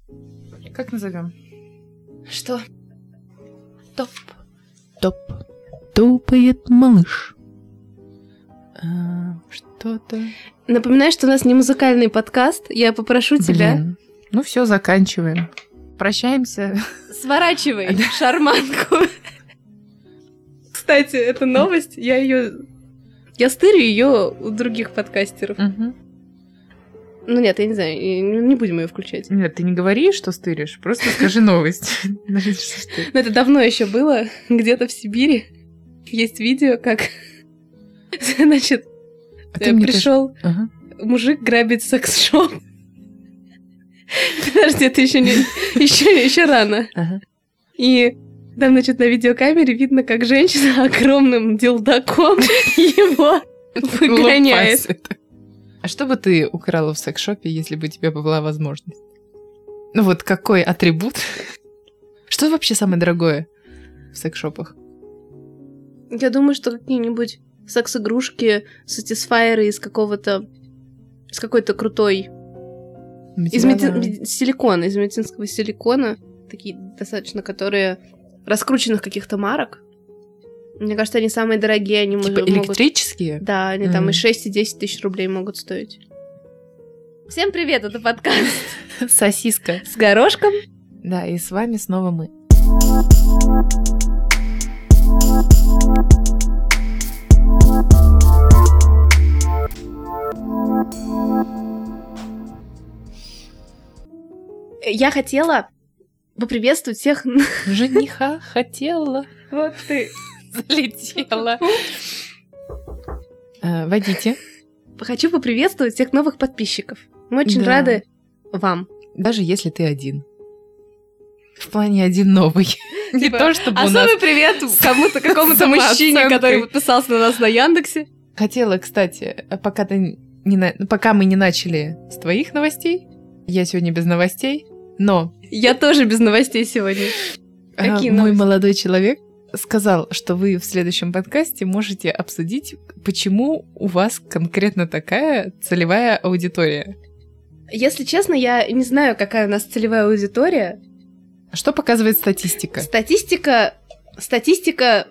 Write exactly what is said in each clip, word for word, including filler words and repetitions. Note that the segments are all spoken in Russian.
Как назовем? Что? Топ. Топ. Топает малыш. А, что-то... Напоминаю, что у нас не музыкальный подкаст. Я попрошу тебя... Блин. Ну все, заканчиваем. Прощаемся. Сворачивай шарманку. Кстати, эта новость, я ее... Я стырю ее у других подкастеров. Угу. Ну нет, я не знаю, не будем ее включать. Нет, ты не говори, что стыришь, просто скажи новость. Но это давно еще было, где-то в Сибири. Есть видео, как, значит, пришел мужик грабить секс-шоп. Подожди, это еще не, еще еще рано. И там, значит, на видеокамере видно, как женщина огромным дилдаком его выгоняет. А что бы ты украла в секс-шопе, если бы у тебя была возможность? Ну вот какой атрибут? Что вообще самое дорогое в секс-шопах? Я думаю, что какие-нибудь секс-игрушки, сатисфайеры из какого-то... из какой-то крутой... Из меди... силикона, из медицинского силикона. Такие достаточно, которые... раскрученных каких-то марок. Мне кажется, они самые дорогие. Они типа могут... электрические? Да, они mm. там и шесть, и десять тысяч рублей могут стоить. Всем привет, это подкаст «Сосиска с горошком». Да, и с вами снова мы. Я хотела поприветствовать всех... Жениха хотела. Вот ты... залетела. А, водите. Хочу поприветствовать всех новых подписчиков. Мы очень да. рады вам. Даже если ты один. В плане один новый. Типа, не то, чтобы у нас... Особый привет кому-то, какому-то мужчине, который подписался на нас на Яндексе. Хотела, кстати, пока, ты не на... пока мы не начали с твоих новостей, я сегодня без новостей, но... Я тоже без новостей сегодня. Какие а, мой новости? молодой человек сказал, что вы в следующем подкасте можете обсудить, почему у вас конкретно такая целевая аудитория. Если честно, я не знаю, какая у нас целевая аудитория. Что показывает статистика? Статистика... Статистика...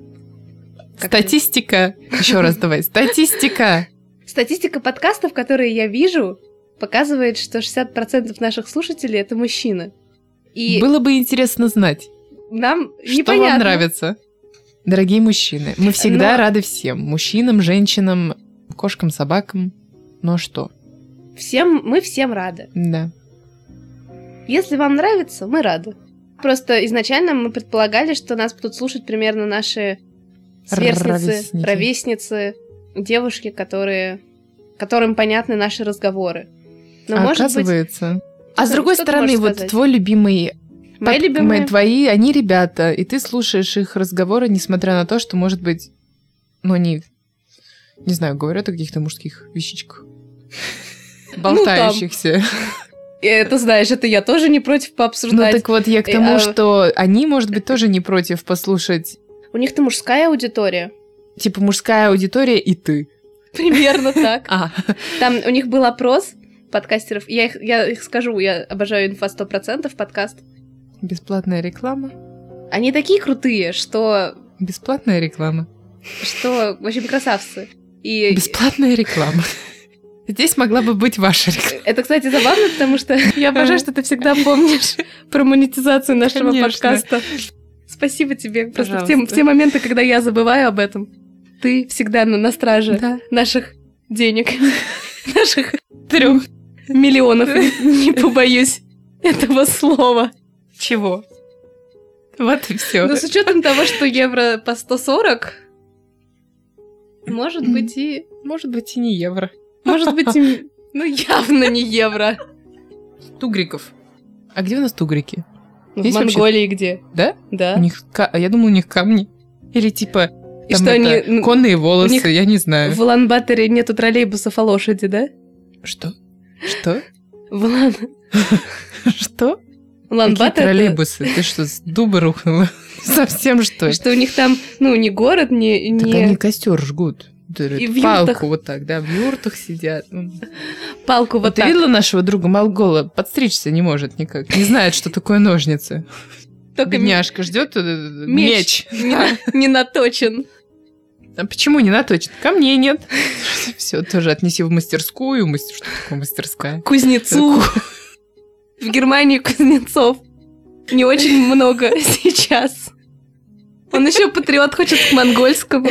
Статистика... Еще раз давай. Статистика... Статистика подкастов, которые я вижу, показывает, что шестьдесят процентов наших слушателей — это мужчины. И было бы интересно знать, нам что непонятно. вам нравится. Дорогие мужчины, мы всегда Но... рады всем. Мужчинам, женщинам, кошкам, собакам. Но что? Всем, мы всем рады. Да. Если вам нравится, мы рады. Просто изначально мы предполагали, что нас будут слушать примерно наши сверстницы, ровесники. ровесницы, девушки, которые... которым понятны наши разговоры. Но, а может оказывается... быть... А с другой стороны, вот сказать? Твой любимый... Мои под... любимые... Твои, они ребята, и ты слушаешь их разговоры, несмотря на то, что, может быть, ну, они, не знаю, говорят о каких-то мужских вещичках. Болтающихся. Это, знаешь, это я тоже не против пообсуждать. Ну, так вот, я к тому, что они, может быть, тоже не против послушать. У них-то мужская аудитория. Типа мужская аудитория и ты. Примерно так. А. Там у них был опрос подкастеров. Я их, я их скажу, я обожаю инфа сто процентов подкаст. Бесплатная реклама. Они такие крутые, что... Бесплатная реклама. Что, в общем, красавцы. И... Бесплатная реклама. Здесь могла бы быть ваша реклама. Это, кстати, забавно, потому что я обожаю, что ты всегда помнишь про монетизацию нашего Конечно. подкаста. Спасибо тебе. Просто в те, в те моменты, когда я забываю об этом, ты всегда на, на страже да. наших денег, наших трех миллионов, не побоюсь этого слова. Чего? Вот и все. Но с учетом того, что евро по сто сорок, может быть и... Может быть и не евро. Может быть и... Ну, явно не евро. Тугриков. А где у нас тугрики? В Монголии где? Да? Да. У них... Я думала, у них камни. Или типа... И что они... Конные волосы, я не знаю. В Улан-Баторе нету троллейбусов, а лошади, да? Что? Что? В Улан... Что? Улан-Батор... Какие троллейбусы? Ты что, с дуба рухнула? Совсем что ли? Что у них там, ну, не город, не... Так они костер жгут. И в палку юртах. Вот так, да, в юртах сидят. палку вот Вот ты так. видела нашего друга Малгола? Подстричься не может никак. Не знает, что такое ножницы. Только Бедняжка ждет меч. меч не, на- не наточен. А почему не наточен? Камней нет. Все, тоже отнеси в мастерскую. Мастер... Что такое мастерская? Кузнецу. В Германии кузнецов не очень много сейчас. Он еще патриот, хочет к монгольскому.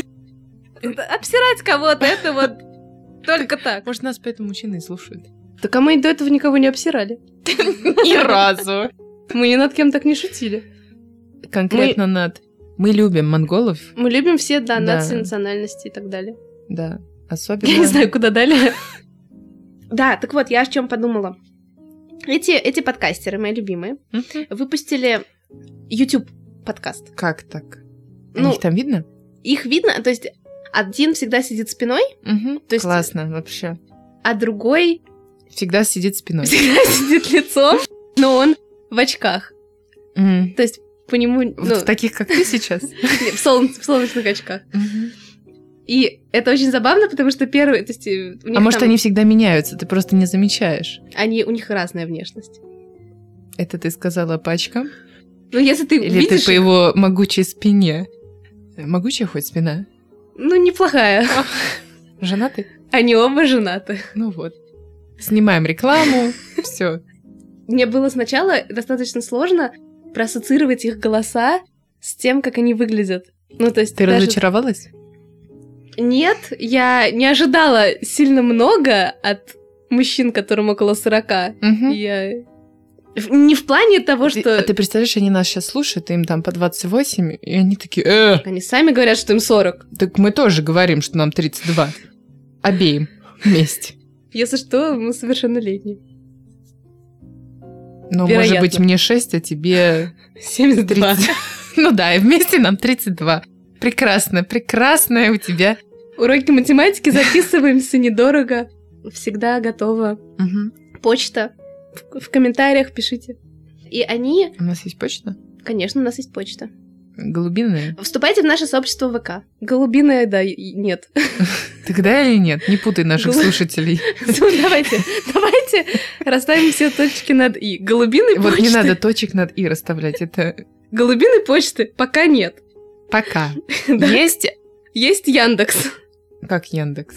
Обсирать кого-то, это вот только так. Может, нас поэтому мужчины и слушают. Так а мы до этого никого не обсирали. Ни разу. Мы ни над кем так не шутили. Конкретно над... Мы любим монголов. Мы любим все, да, Да. нации, национальности и так далее. Да. Особенно... Я не знаю, куда далее. Да, так вот, я о чем подумала. Эти, эти подкастеры, мои любимые, Мгм. выпустили YouTube подкаст. Как так? Ну, Их там видно? их видно, то есть один всегда сидит спиной, Мгм. то есть- Классно, вообще. а другой Всегда сидит спиной. всегда сидит лицом, но он в очках. Мгм. То есть по нему, ну, Вот в таких, как ты сейчас. в, солн- в солнечных очках. Мгм. И это очень забавно, потому что первый, то есть э, у них А может, там- они всегда меняются, ты просто не замечаешь. они, у них разная внешность. Это ты сказала по очкам? Ну, если ты Или видишь, ты по его могучей спине? Могучая хоть спина? ну, неплохая. Женатый? Они оба женаты. Ну вот. Снимаем рекламу, все. Мне было сначала достаточно сложно проассоциировать их голоса с тем, как они выглядят. Ну, то есть Ты даже- разочаровалась? Нет, я не ожидала сильно много от мужчин, которым около сорока. Мгм. Я... в- Не в плане того, Ты- что... А ты представляешь, они нас сейчас слушают, им там по двадцать восемь, и они такие, э, Они сами говорят, что им сорок. так мы тоже говорим, что нам тридцать два. Обеим вместе. Если что, мы совершеннолетние. Но, может Вероятно. быть, мне шесть, а тебе семьдесят два. тридцать. Ну да, и вместе нам тридцать два. Прекрасно, прекрасная у тебя. Уроки математики записываемся недорого. Всегда готова. Мгм. Почта. В, в комментариях пишите. И они... У нас есть почта? Конечно, у нас есть почта. Голубиная? Вступайте в наше сообщество ВК. Голубиное, да, и- нет. Тогда или нет? Не путай наших Голу- слушателей. Ну, Давайте, давайте расставим все точки над «и». Голубиной Вот почты... не надо точек над «и» расставлять. Это Голубиной почты пока нет. пока. Да. Есть Есть Яндекс. как Яндекс.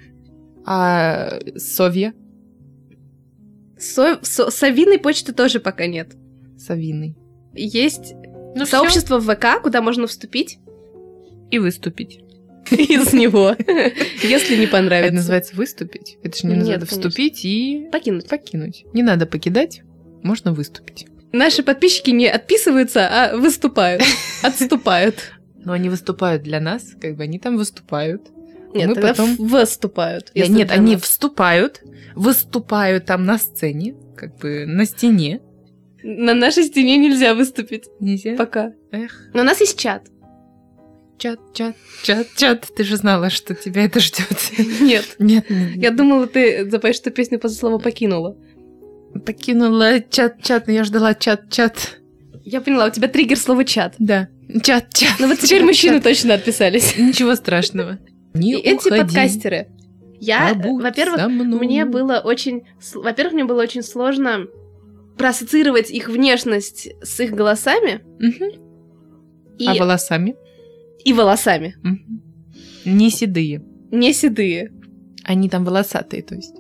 А Совья? Со... со- Совиной почты тоже пока нет. Савиной. Есть Ну, сообщество в ВК, куда можно вступить всё. И выступить. из него, если не Это понравится. называется выступить. Это же не Нет, называется конечно. вступить и Покинуть. покинуть. Не надо покидать, можно выступить. Наши подписчики не отписываются, а выступают. Отступают. Но они выступают для нас, как бы они там выступают. Нет, Мы тогда потом- выступают. Нет, если нет, для они нас. вступают, выступают там на сцене, как бы на стене. На нашей стене нельзя выступить Нельзя. пока. Эх, Но у нас есть чат. чат, чат, чат, чат. Ты же знала, что тебя это ждет. Нет. Нет, нет, Я думала, ты запоешь эту песню после слова «покинула». покинула чат, чат, но я ждала чат, чат. Я поняла, у тебя триггер слова «чат». Да, чат, чат. Ну вот теперь чат, мужчины чат. точно отписались. Ничего страшного. Не И эти уходи, подкастеры. Я, побудь во-первых, со мной. мне было очень... с- Во-первых, мне было очень сложно проассоциировать их внешность с их голосами Мгм. и, А волосами? и волосами. Мгм. Не седые. Не седые. Они там волосатые, то есть.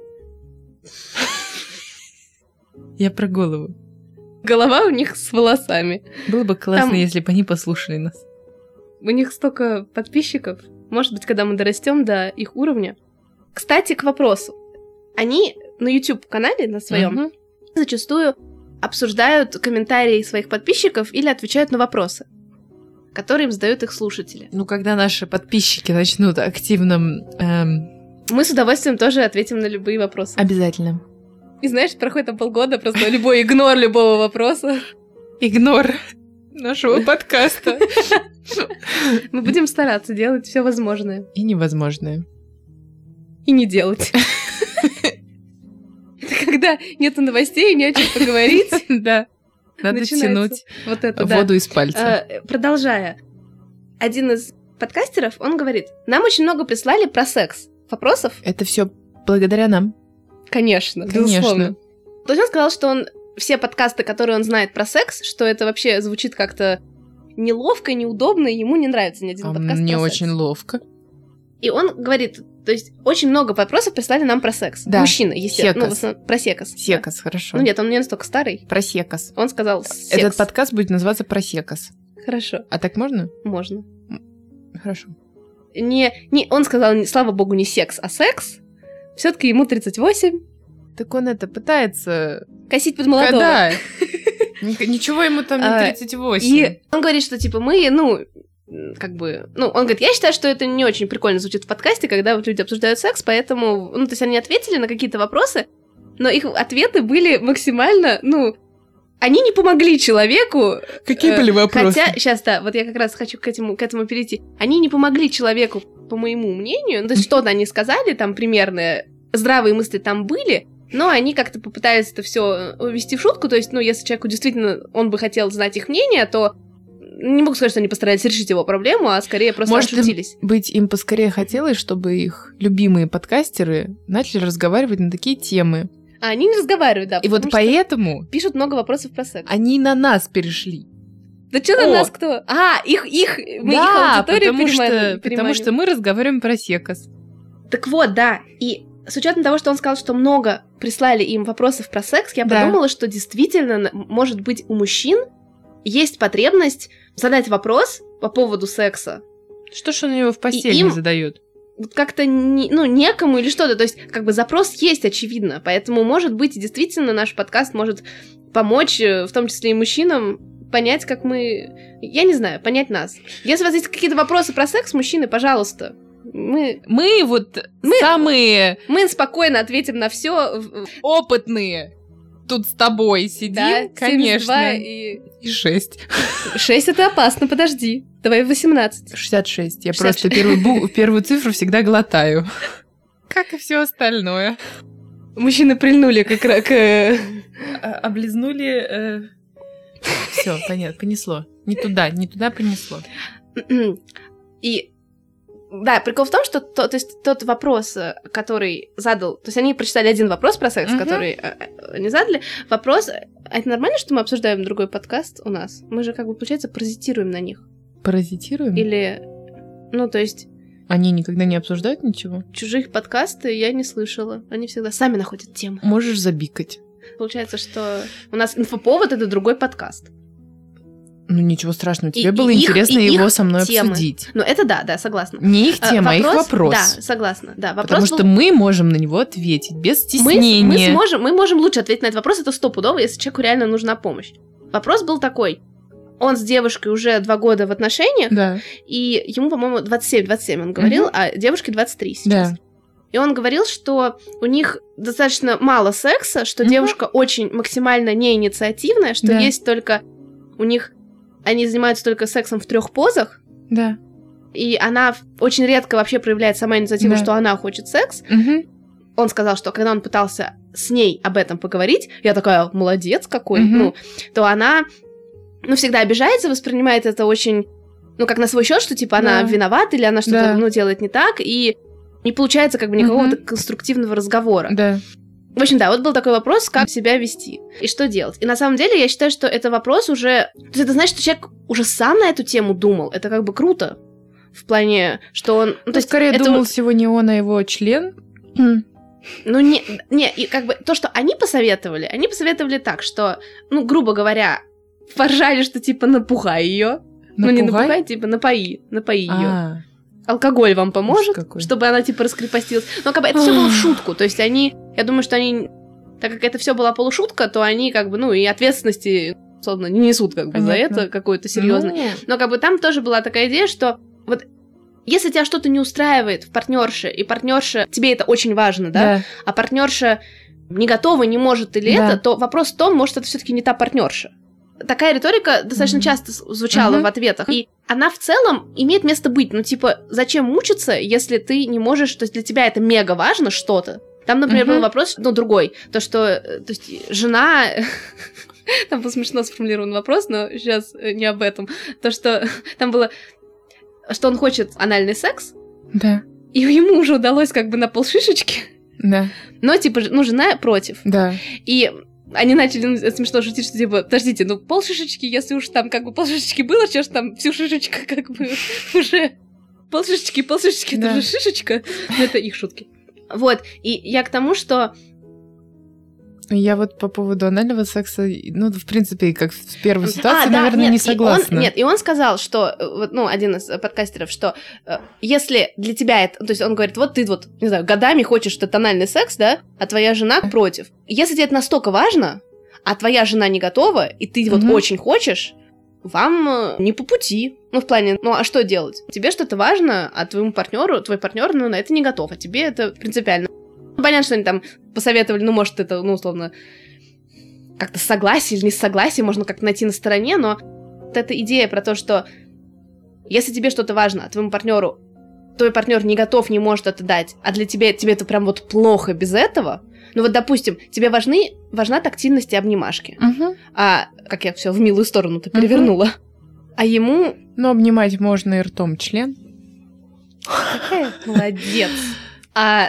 Я про голову. Голова у них с волосами. Было бы классно, Там- если бы они послушали нас. У них столько подписчиков. Может быть, когда мы дорастем до их уровня. Кстати, к вопросу. Они на YouTube-канале на своем Мгм. зачастую обсуждают комментарии своих подписчиков или отвечают на вопросы, которые им задают их слушатели. Ну, когда наши подписчики начнут активным... эм, Мы с удовольствием тоже ответим на любые вопросы. обязательно. И знаешь, проходит там полгода, просто любой игнор любого вопроса. Игнор нашего подкаста. Мы будем стараться делать все возможное. И невозможное. И не делать. Это когда нету новостей, не о чем поговорить. Да. Надо начинается тянуть вот это, да. воду из пальца. Э, Продолжая. Один из подкастеров, он говорит, нам очень много прислали про секс. Вопросов? Это все благодаря нам. Конечно, Конечно. безусловно. То есть он сказал, что он все подкасты, которые он знает про секс, что это вообще звучит как-то неловко, неудобно, и ему не нравится ни один а подкаст мне про очень секс. ловко. И он говорит, то есть очень много вопросов прислали нам про секс. Да. Мужчины, естественно. Секас. Ну, в основном, про секас. Секас, хорошо. Ну нет, он не настолько старый. Про секас. Он сказал секс. Этот подкаст будет называться про секас. Хорошо. А так можно? Можно. Хорошо. Не, не, он сказал, не, слава богу, не секс, а секс. Все-таки ему тридцать восемь. Так он это пытается... Косить под молодого. Когда? Ничего ему там не тридцать восемь. И он говорит, что типа мы, ну, как бы... Ну, он говорит, я считаю, что это не очень прикольно звучит в подкасте, когда вот люди обсуждают секс, поэтому... Ну, то есть они ответили на какие-то вопросы, но их ответы были максимально, ну... Они не помогли человеку. Какие были вопросы? Хотя, сейчас, да, вот я как раз хочу к этому, к этому перейти. Они не помогли человеку, по моему мнению. Ну, то есть что-то они сказали, там примерно здравые мысли там были, но они как-то попытались это все увести в шутку. То есть, ну, если человеку действительно он бы хотел знать их мнение, то не могу сказать, что они постарались решить его проблему, а скорее просто Может, отшутились. Может быть, им поскорее хотелось, чтобы их любимые подкастеры начали разговаривать на такие темы. А они не разговаривают, да. И вот поэтому пишут много вопросов про секс. Они на нас перешли. Да что на нас кто? А, их, их, мы да, их аудиторию потому что, переманиваем. потому что мы разговариваем про секас. Так вот, да, и с учетом того, что он сказал, что много прислали им вопросов про секс, я да. подумала, что действительно, может быть, у мужчин есть потребность задать вопрос по поводу секса. Что ж он его в постели им... не задает? Как-то, не, ну, некому или что-то. То есть, как бы запрос есть, очевидно. Поэтому, может быть, действительно наш подкаст может помочь, в том числе и мужчинам, понять, как мы... Я не знаю, понять нас. Если у вас есть какие-то вопросы про секс, мужчины, пожалуйста. Мы... Мы вот мы... самые... Мы спокойно ответим на все. Опытные. Тут с тобой сидим, да, конечно. И... и шесть. шесть это опасно, подожди. Давай восемнадцать. шестьдесят шесть. Я шестьдесят шесть. Просто первую, бу- первую цифру всегда глотаю. Как и все остальное. Мужчины прильнули как к... Облизнули... Все, понятно, понесло. Не туда, не туда понесло. И... Да, прикол в том, что то, то есть тот вопрос, который задал... То есть они прочитали один вопрос про секс, uh-huh. который они задали. Вопрос... А это нормально, что мы обсуждаем другой подкаст у нас? Мы же, как бы, получается, паразитируем на них. Паразитируем? Или... Ну, то есть... Они никогда не обсуждают ничего? Чужих подкасты я не слышала. Они всегда сами находят темы. Можешь забикать. Получается, что у нас инфоповод — это другой подкаст. Ну, ничего страшного. Тебе и, было и интересно их, его со мной темы. обсудить. Ну, это да, да, согласна. Не их тема, а, вопрос, а их вопрос. Да, согласна. Да, вопрос Потому был... что мы можем на него ответить без стеснения. Мы, мы, сможем, мы можем лучше ответить на этот вопрос, это стопудово, если человеку реально нужна помощь. Вопрос был такой. Он с девушкой уже два года в отношениях, да. и ему, по-моему, двадцать семь, двадцать семь он говорил, угу. а девушке двадцать три сейчас. Да. И он говорил, что у них достаточно мало секса, что угу. девушка очень максимально неинициативная, что да. есть только у них... Они занимаются только сексом в трех позах. Да. И она очень редко вообще проявляет сама инициативу, да. что она хочет секс. Угу. Он сказал, что когда он пытался с ней об этом поговорить, я такая, молодец какой, угу. ну, то она, ну, всегда обижается, воспринимает это очень, ну, как на свой счет, что, типа, она да. виновата или она что-то, да. ну, делает не так, и не получается, как бы, никакого угу. конструктивного разговора. Да. В общем, да, вот был такой вопрос, как себя вести и что делать. И на самом деле я считаю, что это вопрос уже... То есть это значит, что человек уже сам на эту тему думал. Это как бы круто. В плане, что он... Ну, то есть скорее это... думал всего не он, а его член. Ну, не, не, и как бы то, что они посоветовали, они посоветовали так, что, ну, грубо говоря, поржали, что типа напугай ее. Ну, не напугай, типа напои, напои ее. Алкоголь вам поможет, чтобы она, типа, раскрепостилась. Но, как бы, это все было в шутку. То есть они... Я думаю, что они... Так как это все была полушутка, то они, как бы, ну, и ответственности, собственно, не несут, как бы, Понятно. за это какой-то серьезный. Ну... Но, как бы, там тоже была такая идея, что вот если тебя что-то не устраивает в партнерше, и партнерша... Тебе это очень важно, да? да. А партнерша не готова, не может или да. это, то вопрос в том, может, это все-таки не та партнерша. Такая риторика достаточно mm-hmm. часто звучала mm-hmm. в ответах. И она в целом имеет место быть. Ну, типа, зачем мучиться, если ты не можешь... То есть для тебя это мега важно что-то. Там, например, mm-hmm. был вопрос, ну, другой. То, что... То есть жена... Там был смешно сформулирован вопрос, но сейчас не об этом. То, что там было... Что он хочет анальный секс. Да. И ему уже удалось как бы на полшишечки. Да. Но, типа, ну, жена против. Да. И они начали ну, смешно шутить, что, типа, подождите, ну, пол шишечки, если уж там, как бы, пол шишечки было, что ж там всю шишечку, как бы, уже... Пол шишечки, пол шишечки, да. это же шишечка. Это их шутки. Вот, и я к тому, что... Я вот по поводу анального секса, ну, в принципе, как в первой ситуации, а, наверное, да, нет, не согласна. И он, нет, и он сказал, что, вот, ну, один из подкастеров, что э, если для тебя это... То есть он говорит, вот ты вот, не знаю, годами хочешь этот анальный секс, да, а твоя жена против. Если тебе это настолько важно, а твоя жена не готова, и ты вот Мгм. очень хочешь, вам э, не по пути. Ну, в плане, ну, а что делать? Тебе что-то важно, а твоему партнеру, твой партнер, ну, на это не готов, а тебе это принципиально. Понятно, что они там посоветовали, ну, может, это, ну, условно, как-то согласие или не согласие, можно как-то найти на стороне, но вот эта идея про то, что если тебе что-то важно, а твоему партнеру, твой партнер не готов, не может это дать, а для тебя тебе это прям вот плохо без этого, ну вот, допустим, тебе важны, важна тактильность и обнимашки, Угу. а, как я все в милую сторону-то перевернула, а ему... Ну, обнимать можно и ртом член. Какая молодец. А...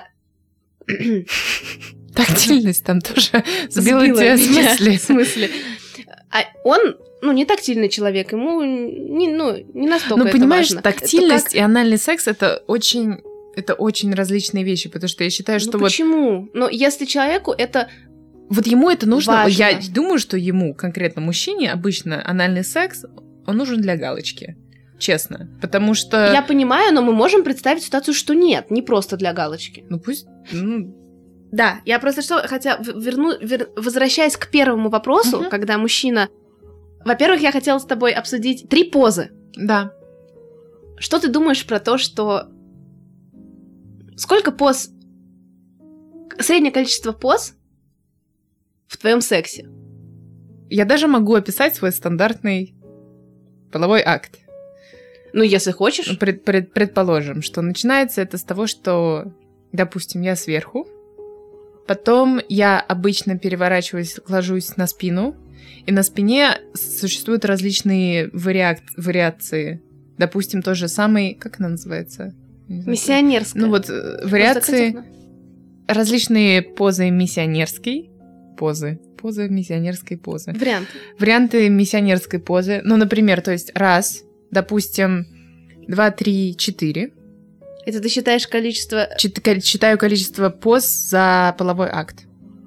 Тактильность там тоже сбила Сбила тебя с меня, мысли. в смысле. А он, ну, не тактильный человек, ему не, ну, не настолько Ну, это понимаешь, важно. тактильность Это и анальный секс — это очень... Это очень различные вещи, потому что я считаю, как... что ну, вот... почему? Но если человеку это... Вот ему это нужно... Важно. Я думаю, что ему, конкретно мужчине, обычно анальный секс, он нужен для галочки. Честно. Потому что... Я понимаю, но мы можем представить ситуацию, что нет, не просто для галочки. Ну, пусть... Ну, Да, я просто что, хотя верну, вер, возвращаясь к первому вопросу, Мгм. когда мужчина... Во-первых, я хотела с тобой обсудить три позы. да. Что ты думаешь про то, что... Сколько поз... Среднее количество поз в твоем сексе? Я даже могу описать свой стандартный половой акт. Ну, если хочешь. Ну, Пред, пред- предположим, что начинается это с того, что, допустим, я сверху, потом я обычно переворачиваюсь, ложусь на спину, и на спине существуют различные вариак- вариации. Допустим, тот же самый, как она называется? Не знаю. Миссионерская. Ну вот э, вариации, различные позы миссионерской позы, позы миссионерской позы. Вариант. Варианты миссионерской позы. Ну, например, то есть раз, допустим, два, три, четыре. Это ты считаешь количество... Чит- ко- Считаю количество поз за половой акт.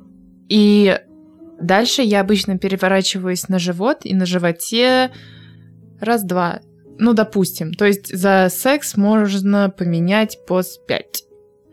И дальше я обычно переворачиваюсь на живот, и на животе раз-два. Ну, допустим. То есть за секс можно поменять поз пять.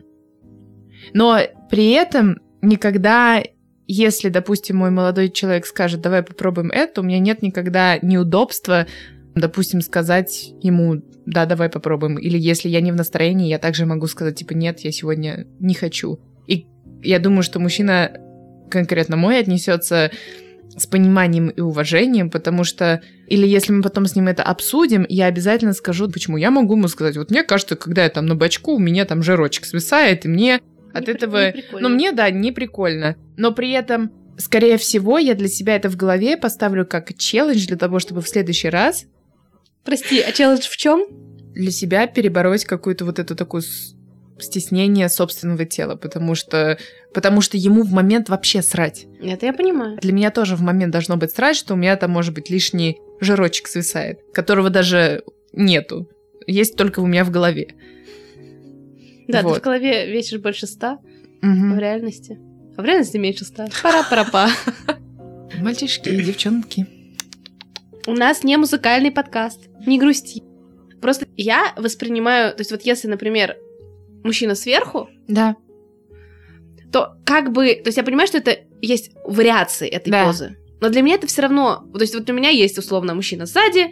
Но при этом никогда... Если, допустим, мой молодой человек скажет, давай попробуем это, у меня нет никогда неудобства, допустим, сказать ему, да, давай попробуем. Или если я не в настроении, я также могу сказать, типа, нет, я сегодня не хочу. И я думаю, что мужчина, конкретно мой, отнесется с пониманием и уважением, потому что... Или если мы потом с ним это обсудим, я обязательно скажу, почему. Я могу ему сказать, вот мне кажется, когда я там на бочку, у меня там жирочек свисает, и мне... От Не этого... при- не ну, мне, да, не прикольно. Но при этом, скорее всего, я для себя это в голове поставлю как челлендж для того, чтобы в следующий раз Прости, а челлендж в чем? для себя перебороть какую-то вот эту такую с- стеснение собственного тела, потому что, потому что ему в момент вообще срать. Это я понимаю. Для меня тоже в момент должно быть срать, что у меня там, может быть, лишний жирочек свисает, которого даже нету. Есть только у меня в голове. Да, Вот. ты в голове весишь больше ста, Мгм. в реальности. А в реальности меньше ста. Пара-пара-па. Мальчишки и девчонки. У нас не музыкальный подкаст. Не грусти. Просто я воспринимаю... То есть вот если, например, мужчина сверху, Да. то как бы... То есть я понимаю, что это есть вариации этой Да. позы. Но для меня это все равно... То есть вот у меня есть, условно, мужчина сзади,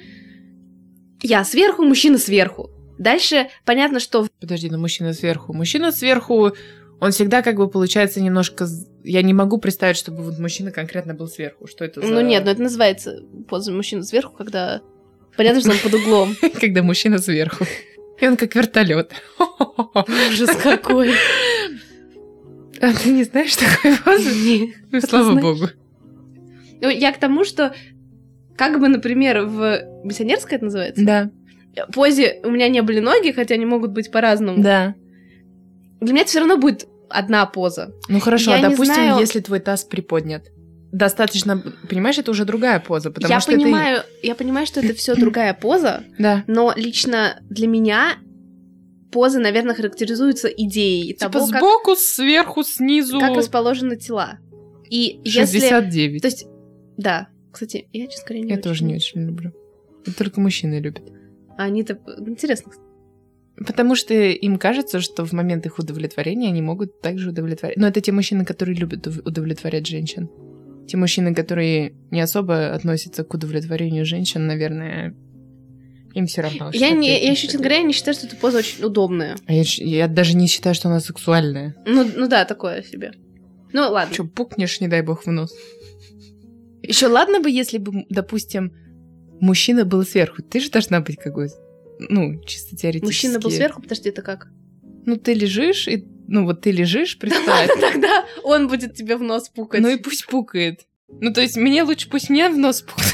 я сверху, мужчина сверху. Дальше понятно, что... Подожди, ну мужчина сверху. Мужчина сверху, он всегда как бы получается немножко... з- Я не могу представить, чтобы вот мужчина конкретно был сверху. Что это за... Ну нет, ну это называется поза мужчины сверху, когда... Понятно, что он под углом. Когда мужчина сверху. И он как вертолет. Ужас какой. А ты не знаешь такой позы? Ну, слава знаешь. богу. Ну, я к тому, что как бы, например, в миссионерской это называется, Да, позе у меня не были ноги, хотя они могут быть по-разному. да. Для меня это все равно будет одна поза. Ну хорошо, Я а не допустим, знаю... если твой таз приподнят. Достаточно, понимаешь, это уже другая поза, потому я что понимаю, это... Я понимаю, что это все другая поза, да. Но лично для меня позы, наверное, характеризуются идеей типа того, сбоку, как... сверху, снизу... Как расположены тела. И шестьдесят девять. Если... То есть, да. Кстати, я, честно говоря, не Я очень тоже не очень люблю. Это только мужчины любят. А они-то... Интересно. Потому что им кажется, что в момент их удовлетворения они могут также удовлетворять. Но это те мужчины, которые любят удовлетворять женщин. Те мужчины, которые не особо относятся к удовлетворению женщин, наверное, им все равно. Я, не, я еще, честно говоря, не считаю, что эта поза очень удобная. А я, я даже не считаю, что она сексуальная. Ну, ну да, такое себе. Ну, ладно. Че, пукнешь, не дай бог, в нос. Еще ладно бы, если бы, допустим, мужчина был сверху. Ты же должна быть какой-то, ну, чисто теоретически. Мужчина был сверху? Подожди, это как? Ну, ты лежишь, и, ну, вот ты лежишь, представь. Тогда он будет тебе в нос пукать. Ну и пусть пукает. Ну, то есть, мне лучше пусть мне в нос пукает.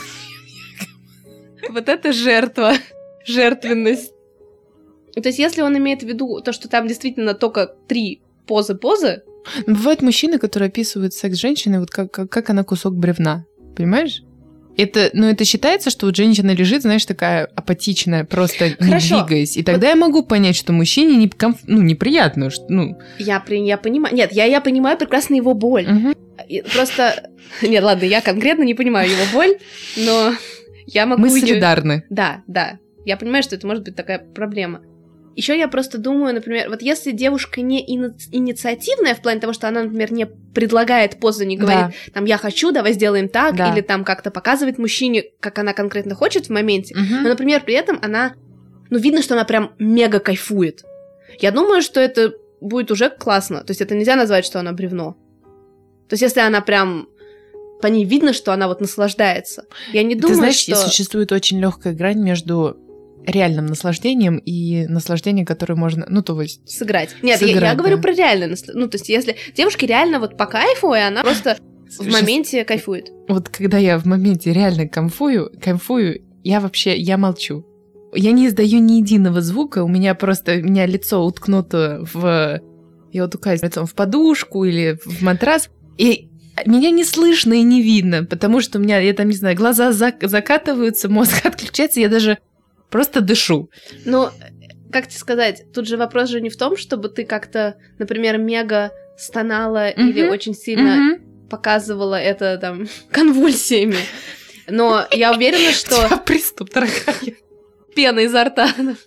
Вот это жертва. Жертвенность. То есть, если он имеет в виду то, что там действительно только три позы-позы... Бывают мужчины, которые описывают секс женщины, вот как, как, как она кусок бревна. Понимаешь? Это, ну, это считается, что вот женщина лежит, знаешь, такая апатичная, просто не двигаясь. И тогда вот... я могу понять, что мужчине не, комф... ну, неприятно. Что, ну... я, при... я понимаю... Нет, я, я понимаю прекрасно его боль. Угу. Просто... Нет, ладно, я конкретно не понимаю его боль, но я могу... Мы солидарны. Да, да. Я понимаю, что это может быть такая проблема. Еще я просто думаю, например, вот если девушка не ини- инициативная в плане того, что она, например, не предлагает позу, не говорит, да. там, я хочу, давай сделаем так, да. или там как-то показывает мужчине, как она конкретно хочет в моменте, угу. но, например, при этом она, ну, видно, что она прям мега кайфует. Я думаю, что это будет уже классно, то есть это нельзя назвать, что она бревно. То есть если она прям... по ней видно, что она вот наслаждается. Я не думаю, Ты знаешь, что... существует очень легкая грань между реальным наслаждением и наслаждением, которое можно, ну, то есть... Сыграть. Нет, сыграть, я, я да. говорю про реальное наслаждение. Ну, то есть если девушке реально вот по кайфу, и она просто в моменте кайфует. Вот когда я в моменте реально кайфую, кайфую, я вообще, я молчу. Я не издаю ни единого звука, у меня просто, у меня лицо уткнуто в... Я утыкаюсь лицом в подушку или в матрас, и меня не слышно и не видно, потому что у меня, я там, не знаю, глаза зак- закатываются, мозг отключается, я даже просто дышу. Ну, как тебе сказать, тут же вопрос же не в том, чтобы ты как-то, например, мега стонала mm-hmm. или очень сильно mm-hmm. показывала это там конвульсиями, но я уверена, что... У тебя приступ, дорогая. Пена изо рта.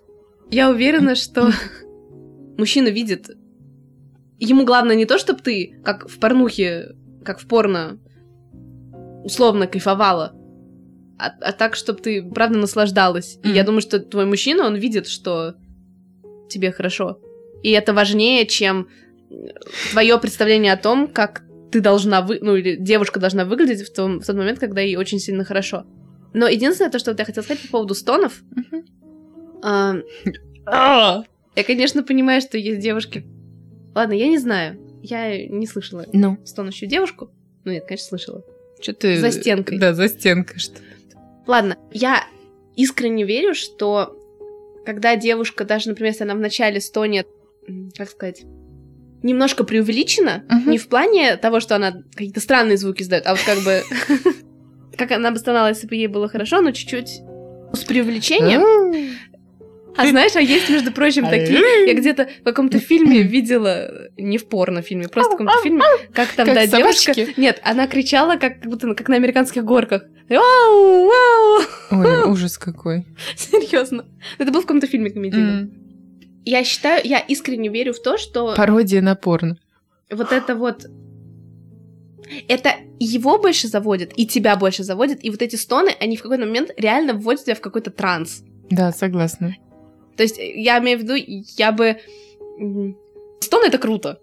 Я уверена, что мужчина видит... Ему главное не то, чтобы ты, как в порнухе, как в порно, условно кайфовала, а, а так, чтобы ты, правда, наслаждалась. Mm-hmm. И я думаю, что твой мужчина, он видит, что тебе хорошо. И это важнее, чем твое представление о том, как ты должна, вы... ну, или девушка должна выглядеть в, том, в тот момент, когда ей очень сильно хорошо. Но единственное, то, что вот я хотела сказать по поводу стонов, mm-hmm. а, я, конечно, понимаю, что есть девушки... Ладно, я не знаю. Я не слышала ну. стонущую девушку. Ну нет, конечно, слышала. Что ты... За стенкой. Да, за стенкой. Что... Ладно, я искренне верю, что когда девушка, даже, например, если она в начале стонет, как сказать, немножко преувеличена, uh-huh. не в плане того, что она какие-то странные звуки издает, а вот как бы... Как она бы стонала, если бы ей было хорошо, но чуть-чуть с преувеличением... А знаешь, а есть, между прочим, такие... Я где-то в каком-то фильме видела, не в порнофильме, просто в каком-то фильме, как там, да, девушка... Нет, она кричала, как будто как на американских горках. Вау, вау! Ой, ужас какой. Серьезно. Это был в каком-то фильме комедийном. Я считаю, я искренне верю в то, что... Пародия на порно. Вот это вот... Это его больше заводит, и тебя больше заводит, и вот эти стоны, они в какой-то момент реально вводят тебя в какой-то транс. Да, согласна. То есть, я имею в виду, я бы... Стон — это круто.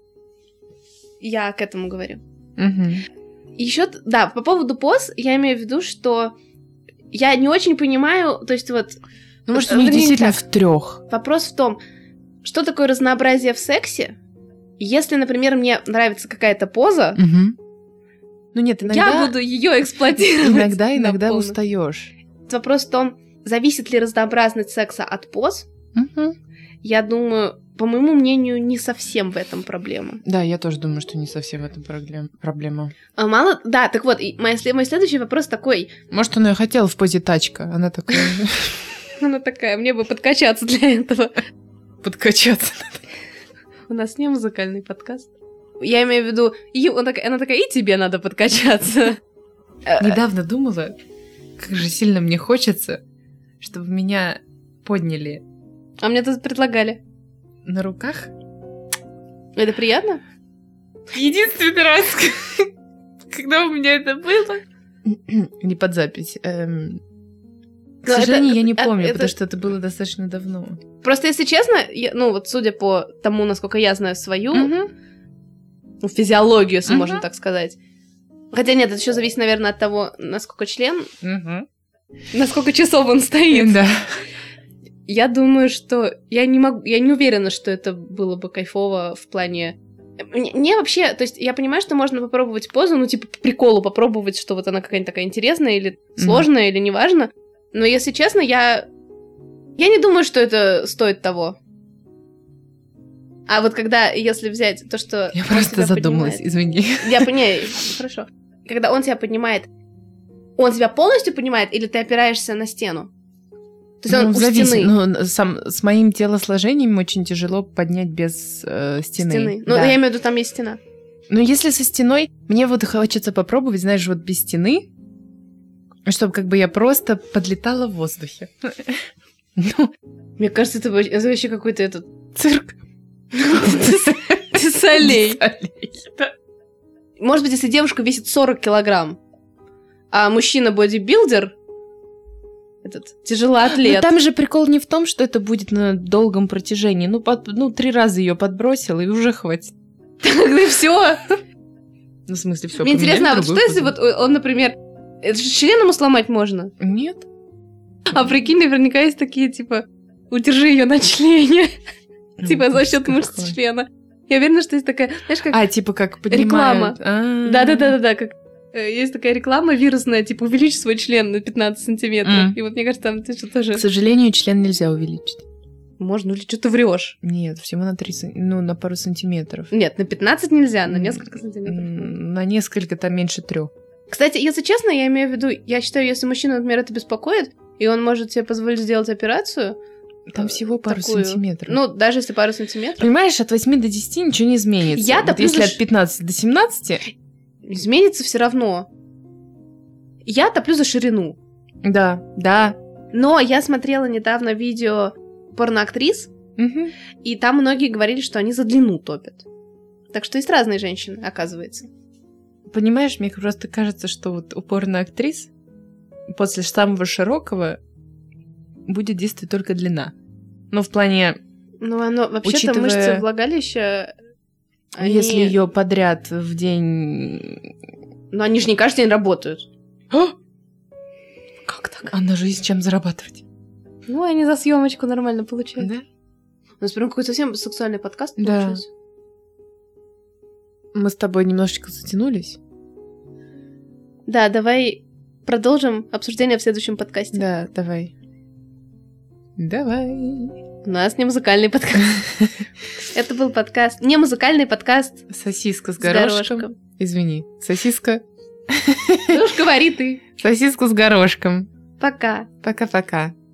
Я к этому говорю. Угу. Еще, да, по поводу поз, я имею в виду, что я не очень понимаю, то есть вот... Ну, может, у них действительно в трех. Вопрос в том, что такое разнообразие в сексе? Если, например, мне нравится какая-то поза, угу. ну нет, иногда... я буду ее эксплуатировать. Иногда, иногда устаешь. Вопрос в том, зависит ли разнообразность секса от поз? Угу. Я думаю, по моему мнению, не совсем в этом проблема. Да, я тоже думаю, что не совсем в этом проблем- проблема. А мало... Да, так вот, и моя, мой следующий вопрос такой. Может, она и хотела в позе тачка. Она такая... Она такая, мне бы подкачаться для этого. Подкачаться. У нас не музыкальный подкаст. Я имею в виду, и он так, она такая, и тебе надо подкачаться. Недавно думала, как же сильно мне хочется, чтобы меня подняли. А мне тут предлагали. На руках? Это приятно? Единственный раз, когда у меня это было. Не под запись. К сожалению, я не помню, потому что это было достаточно давно. Просто, если честно, ну вот судя по тому, насколько я знаю свою физиологию, если можно так сказать. Хотя нет, это еще зависит, наверное, от того, насколько член, насколько часов он стоит. Да. Я думаю, что я не могу, я не уверена, что это было бы кайфово в плане. Мне, мне вообще, то есть я понимаю, что можно попробовать позу, ну типа по приколу попробовать, что вот она какая-нибудь такая интересная или сложная, mm-hmm. или неважно. Но если честно, я я не думаю, что это стоит того. А вот когда, если взять то, что... Я просто задумалась, поднимает, извини. Я понимаю, хорошо. Когда он тебя поднимает, он тебя полностью поднимает, или ты опираешься на стену? То есть ну, он у зависит. стены? Ну, сам, с моим телосложением очень тяжело поднять без э, стены. Стены. Ну, да. я имею в виду, там есть стена. Ну, если со стеной, мне вот хочется попробовать, знаешь, вот без стены, чтобы как бы я просто подлетала в воздухе. Мне кажется, это вообще какой-то этот... Цирк. Ты солей. Может быть, если девушка весит сорок килограмм, а мужчина бодибилдер, этот тяжелоатлет. Но там же прикол не в том, что это будет на долгом протяжении. Ну, под, ну три раза ее подбросил, и уже хватит. Тогда все. Ну, в смысле, все. Мне интересно, а вот что если вот он, например, это же член ему сломать можно? Нет. А прикинь, наверняка есть такие, типа, удержи ее на члене. Типа за счет мышц члена. Я уверена, что есть такая, знаешь, как... А, типа как реклама. Да-да-да-да, как... Есть такая реклама вирусная, типа, увеличь свой член на пятнадцать сантиметров. Mm. И вот мне кажется, там ты что тоже... К сожалению, член нельзя увеличить. Можно, или что ты врешь? Нет, всего на три, ну, на пару сантиметров. Нет, на пятнадцать нельзя, на несколько сантиметров. На несколько, там меньше трех. Кстати, если честно, я имею в виду, я считаю, если мужчина, например, это беспокоит, и он может себе позволить сделать операцию... Там всего пару такую. сантиметров. Ну, даже если пару сантиметров. Понимаешь, от восьми до десяти ничего не изменится. Я вот если от пятнадцати до семнадцати... Изменится все равно. Я топлю за ширину. Да, да. Но я смотрела недавно видео порноактрис, угу. и там многие говорили, что они за длину топят. Так что есть разные женщины, оказывается. Понимаешь, мне просто кажется, что вот у порноактрис после самого широкого будет действовать только длина. Ну, в плане... Ну, оно, вообще-то учитывая... мышцы влагалища... Они... Если ее подряд в день... Ну, они же не каждый день работают. А? Как так? А на жизнь чем зарабатывать? Ну, они за съемочку нормально получают. Да? У нас прям какой-то совсем сексуальный подкаст да. получился. Мы с тобой немножечко затянулись. Да, давай продолжим обсуждение в следующем подкасте. Да, давай. Давай. У нас не музыкальный подкаст. Это был подкаст... Не музыкальный подкаст. Сосиска с горошком. Извини. Сосиска... Ну уж говори ты. Сосиску с горошком. Пока. Пока-пока.